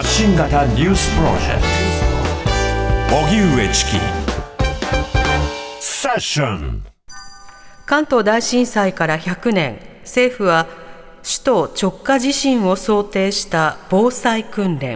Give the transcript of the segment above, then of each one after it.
発信型ニュースプロジェクト荻上チキセッション。 関東大震災から100年、政府は首都直下地震を想定した防災訓練。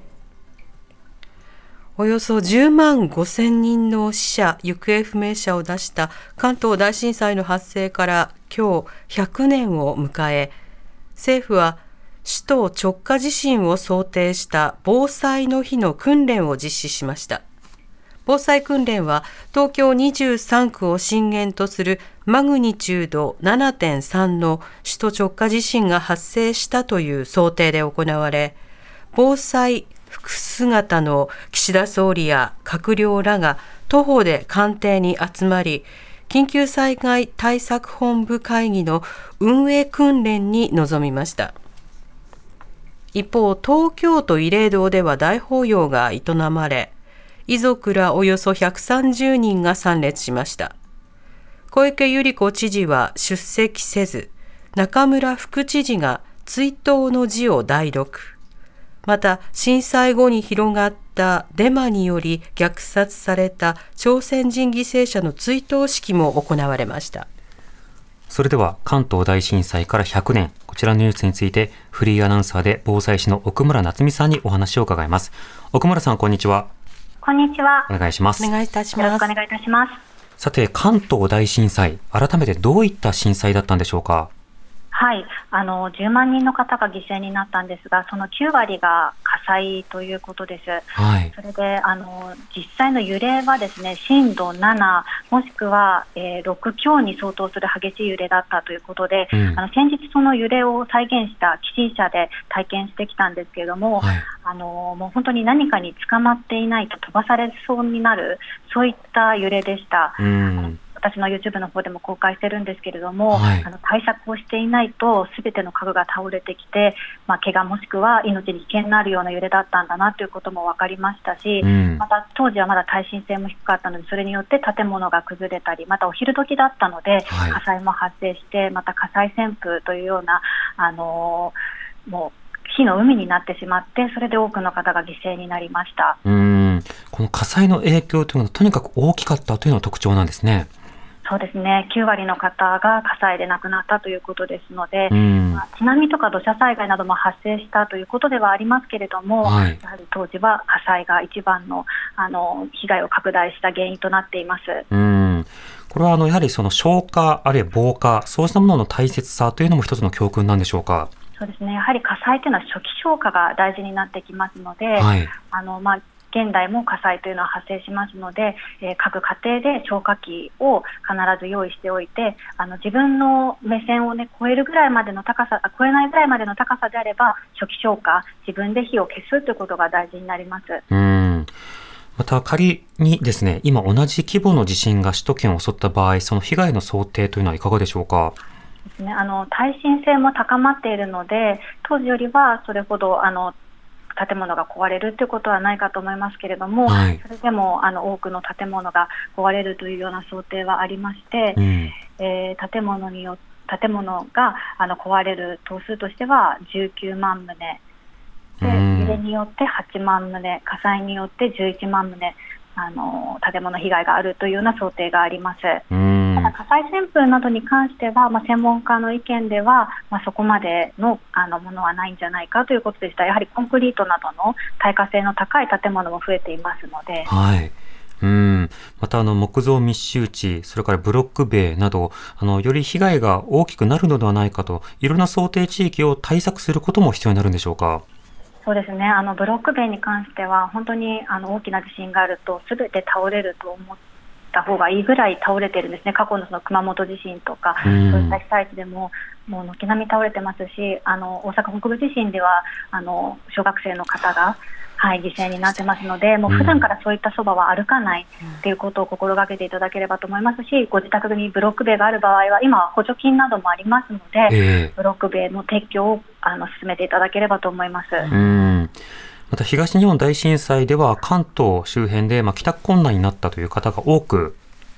およそ10万5000人の死者・行方不明者を出した関東大震災の発生から今日100年を迎え、政府は首都直下地震を想定した防災の日の訓練を実施しました。防災訓練は東京23区を震源とするマグニチュード 7.3 の首都直下地震が発生したという想定で行われ、防災服姿の岸田総理や閣僚らが徒歩で官邸に集まり、緊急災害対策本部会議の運営訓練に臨みました。一方、東京都慰霊堂では大法要が営まれ、遺族らおよそ130人が参列しました。小池百合子知事は出席せず、中村副知事が追悼の辞を代読。また、震災後に広がったデマにより虐殺された朝鮮人犠牲者の追悼式も行われました。 それでは関東大震災から100年、こちらのニュースについてフリーアナウンサーで防災士の奥村夏美さんにお話を伺います。奥村さん、こんにちは。 こんにちは。 お願いします。 お願いいたします。 よろしくお願いいたします。 さて、関東大震災、改めてどういった震災だったんでしょうか。 はい、10万人の方が犠牲になったんですが、その9割が火災ということです。 はい、 それで実際の揺れはですね、震度7もしくは、6強に相当する激しい揺れだったということで、先日その揺れを再現した起震車で体験してきたんですけれども、 はい、 もう本当に何かに捕まっていないと飛ばされそうになる、そういった揺れでした。私の YouTube の方でも公開してるんですけれども、 はい、 対策をしていないと全ての家具が倒れてきて、怪我もしくは命に危険のあるような揺れだったんだなということも分かりましたし、また当時はまだ耐震性も低かったので、それによって建物が崩れたり、またお昼時だったので、 はい、 火災も発生して、また火災旋風というようなもう火の海になってしまって、それで多くの方が犠牲になりました。 この火災の影響というのはとにかく大きかったというのが特徴なんですね。 そうですね、9割の方が火災で亡くなったということですので、津波とか土砂災害なども発生したということではありますけれども、 はい、 やはり当時は火災が一番の、被害を拡大した原因となっています。 これはやはりその消火あるいは防火、そうしたものの大切さというのも一つの教訓なんでしょうか。 そうですね、やはり火災というのは初期消火が大事になってきますので、 はい、 現代も火災というのは発生しますので、各家庭で消火器を必ず用意しておいて、自分の目線を、超えるぐらいまでの高さ、超えないぐらいまでの高さであれば初期消火、自分で火を消すということが大事になります。 また仮にですね、今同じ規模の地震が首都圏を襲った場合、その被害の想定というのはいかがでしょうか。 ですね、耐震性も高まっているので、当時よりはそれほど建物が壊れるということはないかと思いますけれども、 はい、 それでも多くの建物が壊れるというような想定はありまして、建物が壊れる棟数としては19万棟で、揺れによって8万棟、火災によって11万棟、建物被害があるというような想定があります。ただ火災旋風などに関しては、専門家の意見では、そこまでのものはないんじゃないかということでした。やはりコンクリートなどの耐火性の高い建物も増えていますので、 はい、また木造密集地、それからブロック塀などより被害が大きくなるのではないかと、いろんな想定地域を対策することも必要になるんでしょうか。 そうですね、ブロック塀に関しては本当に大きな地震があると全て倒れると思った方がいいぐらい倒れてるんですね。過去のその熊本地震とか、そういった被災地でももう軒並み倒れてますし、大阪北部地震では小学生の方が犠牲になってますので、もう普段からそういったそばは歩かないということを心がけていただければと思いますし、ご自宅にブロック塀がある場合は今は補助金などもありますので、ブロック塀の撤去を進めていただければと思います。 また東日本大震災では関東周辺で帰宅困難になったという方が多く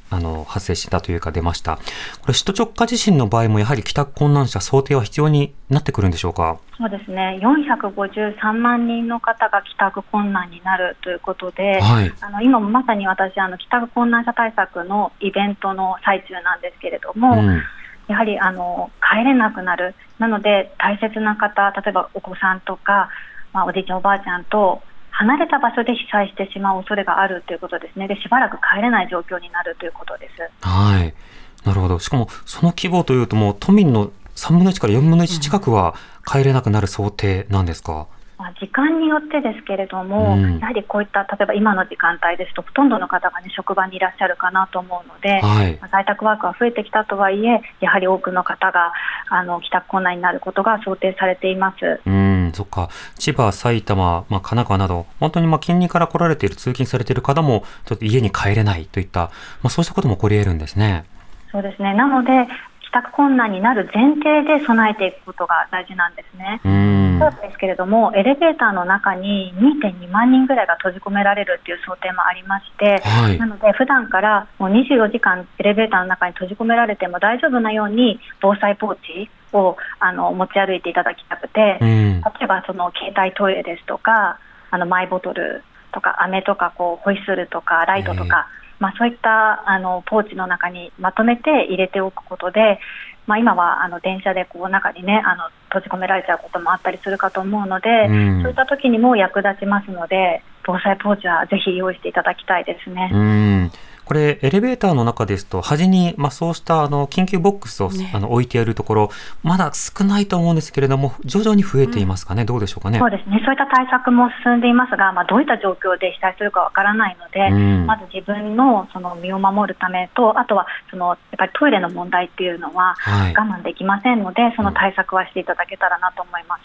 発生したというか出ました。これ首都直下地震の場合もやはり帰宅困難者想定は必要になってくるんでしょうか。 そうですね、453万人の方が帰宅困難になるということで、はい、今もまさに私帰宅困難者対策のイベントの最中なんですけれども、やはり帰れなくなる。なので大切な方、例えばお子さんとか、おじいちゃんおばあちゃんと離れた場所で被災してしまう恐れがあるということですね。で、しばらく帰れない状況になるということです。 はい、なるほど。しかもその規模というともう都民の3分の1から4分の1近くは帰れなくなる想定なんですか。 時間によってですけれども、やはりこういった例えば今の時間帯ですとほとんどの方が、職場にいらっしゃるかなと思うので、在宅ワークが増えてきたとはいえやはり多くの方が帰宅困難になることが想定されています。 そっか。千葉、埼玉、神奈川など本当に近隣から来られている通勤されている方もちょっと家に帰れないといった、そうしたことも起こり得るんですね。 そうですね。なので帰宅困難になる前提で備えていくことが大事なんですね。そうですけれども、エレベーターの中に 2.2 万人ぐらいが閉じ込められるという想定もありまして、なので普段からもう24時間エレベーターの中に閉じ込められても大丈夫なように防災ポーチを持ち歩いていただきたくて、例えばその携帯トイレですとかマイボトルとか飴とかホイッスルとかライトとか、そういったポーチの中にまとめて入れておくことで、今は電車で中にね閉じ込められちゃうこともあったりするかと思うので、そういった時にも役立ちますので防災ポーチはぜひ用意していただきたいですね。 これエレベーターの中ですと端に、そうした緊急ボックスを、置いてあるところまだ少ないと思うんですけれども徐々に増えていますかね。どうでしょうかね。 そうですね。そういった対策も進んでいますが、どういった状況で被災するかわからないので、まず自分のその身を守るためと、あとはやっぱりトイレの問題っていうのは我慢できませんので、その対策はしていただけたらなと思います。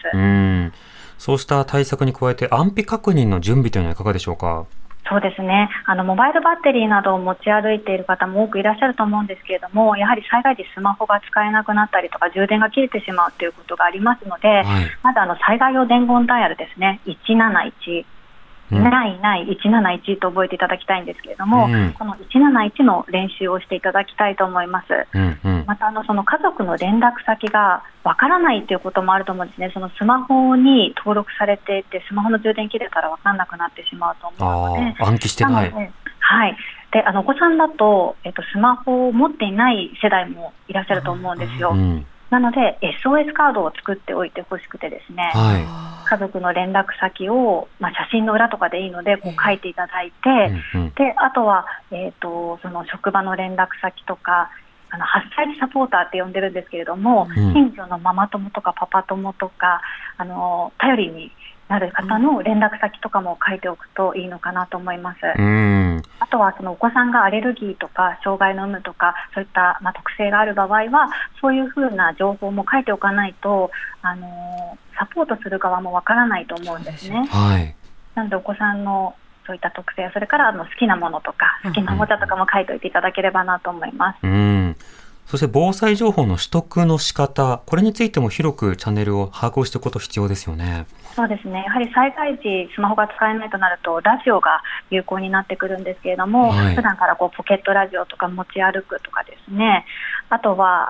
そうした対策に加えて安否確認の準備というのはいかがでしょうか。 そうですね。モバイルバッテリーなどを持ち歩いている方も多くいらっしゃると思うんですけれども、やはり災害時スマホが使えなくなったりとか充電が切れてしまうということがありますので、まず災害用伝言ダイヤルですね、171ない171と覚えていただきたいんですけれども、この171の練習をしていただきたいと思います。またその家族の連絡先がわからないということもあると思うんですね。そのスマホに登録されていてスマホの充電切れたらわからなくなってしまうと思うので、 暗記してない。 でお子さんだと、スマホを持っていない世代もいらっしゃると思うんですよ。なので SOS カードを作っておいてほしくてですね、家族の連絡先を、写真の裏とかでいいので書いていただいて、であとは、その職場の連絡先とか8歳児サポーターって呼んでるんですけれども、近所のママ友とかパパ友とか頼りになる方の連絡先とかも書いておくといいのかなと思います。あとはそのお子さんがアレルギーとか障害の有無とかそういった、特性がある場合はそういうふうな情報も書いておかないとサポートする側もわからないと思うんですね。なのでお子さんのそういった特性、それから好きなものとか好きなおもちゃとかも書いておいていただければなと思います。 そして防災情報の取得の仕方、これについても広くチャンネルを把握していくこと必要ですよね。 そうですね。やはり災害時スマホが使えないとなるとラジオが有効になってくるんですけれども、普段からポケットラジオとか持ち歩くとかですね、あとは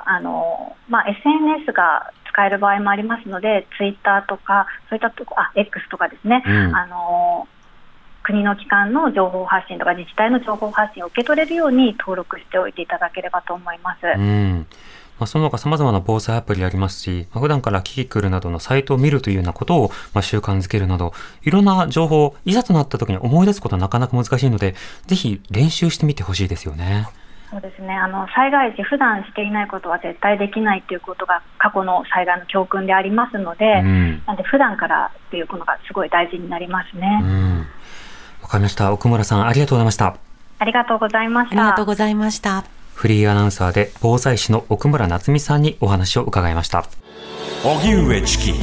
SNS が使える場合もありますのでツイッターとかそういったとこX とかですね、国の機関の情報発信とか自治体の情報発信を受け取れるように登録しておいていただければと思います。 その他様々な防災アプリありますし、普段からキキクルなどのサイトを見るというようなことを習慣づけるなど、いろんな情報、いざとなった時に思い出すことはなかなか難しいので、ぜひ練習してみてほしいですよね。 そうですね。災害時普段していないことは絶対できないということが過去の災害の教訓でありますので、なので普段からっていうことがすごい大事になりますね。 わかりました。奥村さん、ありがとうございました。 ありがとうございました。 ありがとうございました。 フリーアナウンサーで防災士の奥村夏美さんにお話を伺いました。 荻上チキ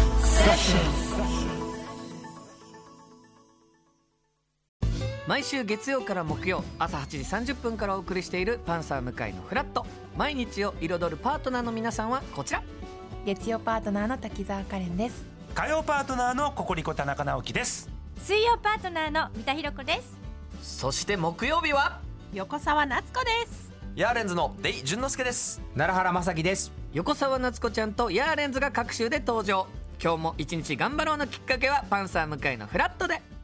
毎週月曜から木曜朝8時30分からお送りしているパンサー向井のフラット。毎日を彩るパートナーの皆さんはこちら。 月曜パートナーの滝沢カレンです。 火曜パートナーのココリコ田中直樹です。 水曜パートナーの三田寛子です。 そして木曜日は横澤夏子です。 ヤーレンズのデイ淳之介です。 奈良原正樹です。 横澤夏子ちゃんとヤーレンズが各週で登場。今日も一日頑張ろうのきっかけはパンサー向井のフラットで。